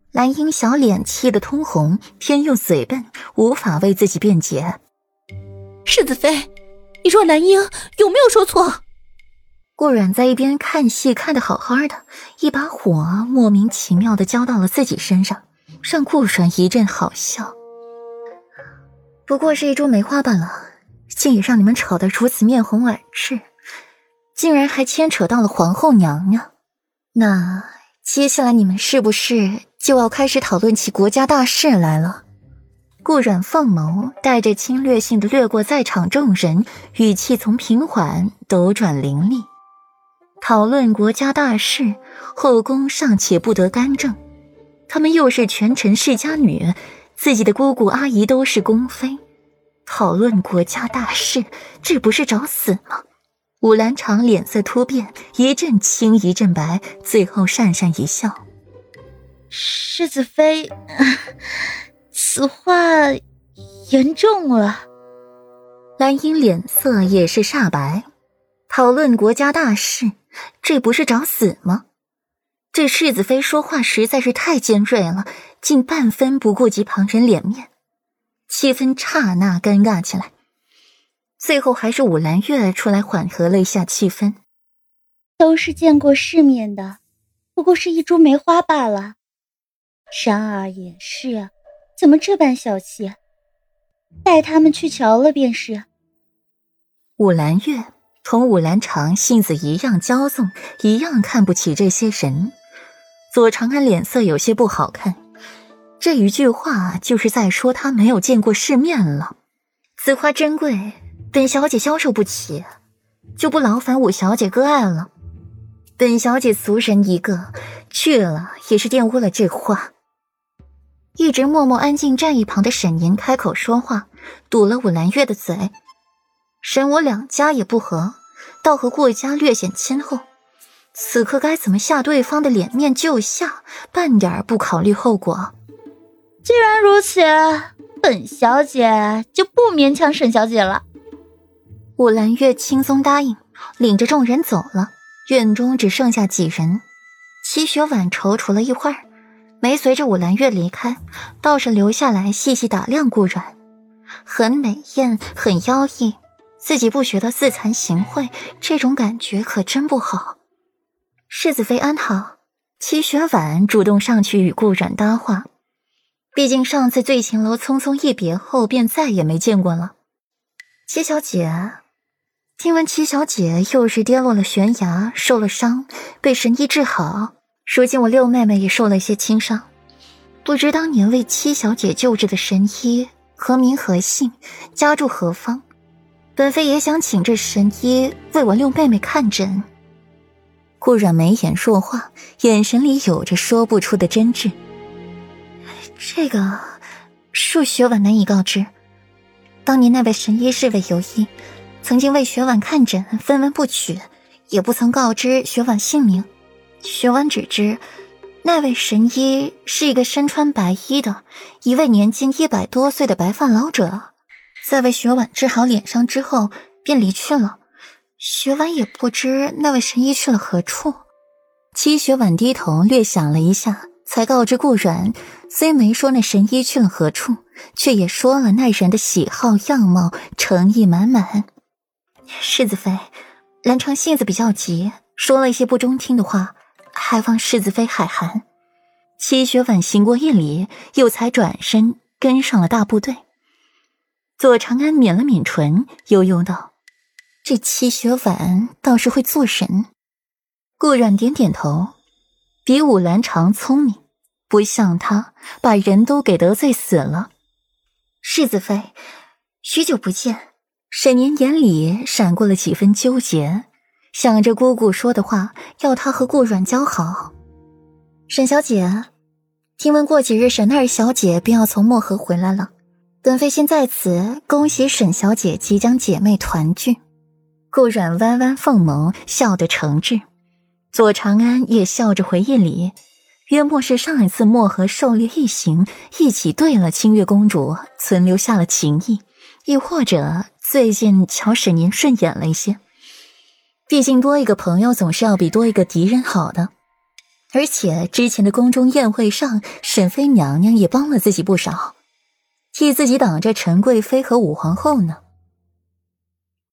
蓝英小脸气得通红，偏又嘴笨，无法为自己辩解。 世子妃，你说蓝英有没有说错？ 顾阮在一边看戏看得好好的，一把火莫名其妙地浇到了自己身上，让顾阮一阵好笑。不过是一株梅花罢了，竟也让你们吵得如此面红耳赤，竟然还牵扯到了皇后娘娘。那接下来你们是不是就要开始讨论起国家大事来了？顾阮凤眸带着侵略性的掠过在场众人，语气从平缓斗转凌厉。讨论国家大事，后宫尚且不得干政，他们又是权臣世家女，自己的姑姑阿姨都是宫妃，讨论国家大事，这不是找死吗？武兰长脸色突变，一阵青一阵白，最后讪讪一笑。 世子妃，此话严重了。 蓝英脸色也是煞白，讨论国家大事，这不是找死吗？这世子妃说话实在是太尖锐了，竟半分不顾及旁人脸面，气氛刹那尴尬起来。最后还是武兰月出来缓和了一下气氛。 都是见过世面的，不过是一株梅花罢了。然而也是，怎么这般小气？带他们去瞧了便是。 武兰月同武兰长性子一样骄纵，一样看不起这些人。左长安脸色有些不好看，这一句话就是在说他没有见过世面了。此花珍贵，本小姐消受不起，就不劳烦武小姐割爱了。本小姐俗人一个，去了也是玷污了这话。一直默默安静站一旁的沈吟开口说话，堵了武兰月的嘴。沈我两家也不和，倒和顾家略显亲厚，此刻该怎么下对方的脸面就下，半点不考虑后果。 既然如此，本小姐就不勉强沈小姐了。 武兰月轻松答应，领着众人走了。院中只剩下几人，齐雪婉踌躇了一会儿，没随着武兰月离开，倒是留下来细细打量顾阮。很美艳，很妖异，自己不学得自惭形秽，这种感觉可真不好。世子妃安好。齐雪婉主动上去与顾阮搭话，毕竟上次醉琴楼匆匆一别后便再也没见过了。齐小姐，听闻齐小姐又是跌落了悬崖，受了伤，被神医治好，如今我六妹妹也受了一些轻伤，不知当年为七小姐救治的神医何名何姓，家住何方？本妃也想请这神医为我六妹妹看诊。顾阮眉眼若画，眼神里有着说不出的真挚。这个恕雪婉难以告知，当年那位神医是位游医，曾经为雪婉看诊，分文不取，也不曾告知雪婉姓名。雪婉只知那位神医是一个身穿白衣的一位年近100多岁的白发老者，在为雪婉治好脸伤之后便离去了。雪婉也不知那位神医去了何处。戚雪婉低头略想了一下，才告知顾阮，虽没说那神医去了何处，却也说了那人的喜好样貌，诚意满满。世子妃，兰长性子比较急，说了一些不中听的话，还望世子妃海涵。戚雪婉行过一礼，又才转身跟上了大部队。左长安抿了抿唇，悠悠道：这戚雪婉倒是会做人。顾阮点点头，比武兰长聪明，不像他把人都给得罪死了。世子妃，许久不见。沈年眼里闪过了几分纠结，想着姑姑说的话，要他和顾阮交好。沈小姐，听闻过几日沈二小姐便要从漠河回来了，本妃先在此恭喜沈小姐即将姐妹团聚。顾阮弯弯凤眸，笑得诚挚。左长安也笑着回应礼，约莫是上一次漠河狩猎一行一起对了清月公主，存留下了情谊，亦或者最近瞧沈年顺眼了一些。毕竟多一个朋友总是要比多一个敌人好的。 而且之前的宫中宴会上，沈妃娘娘也帮了自己不少，替自己挡着陈贵妃和武皇后呢。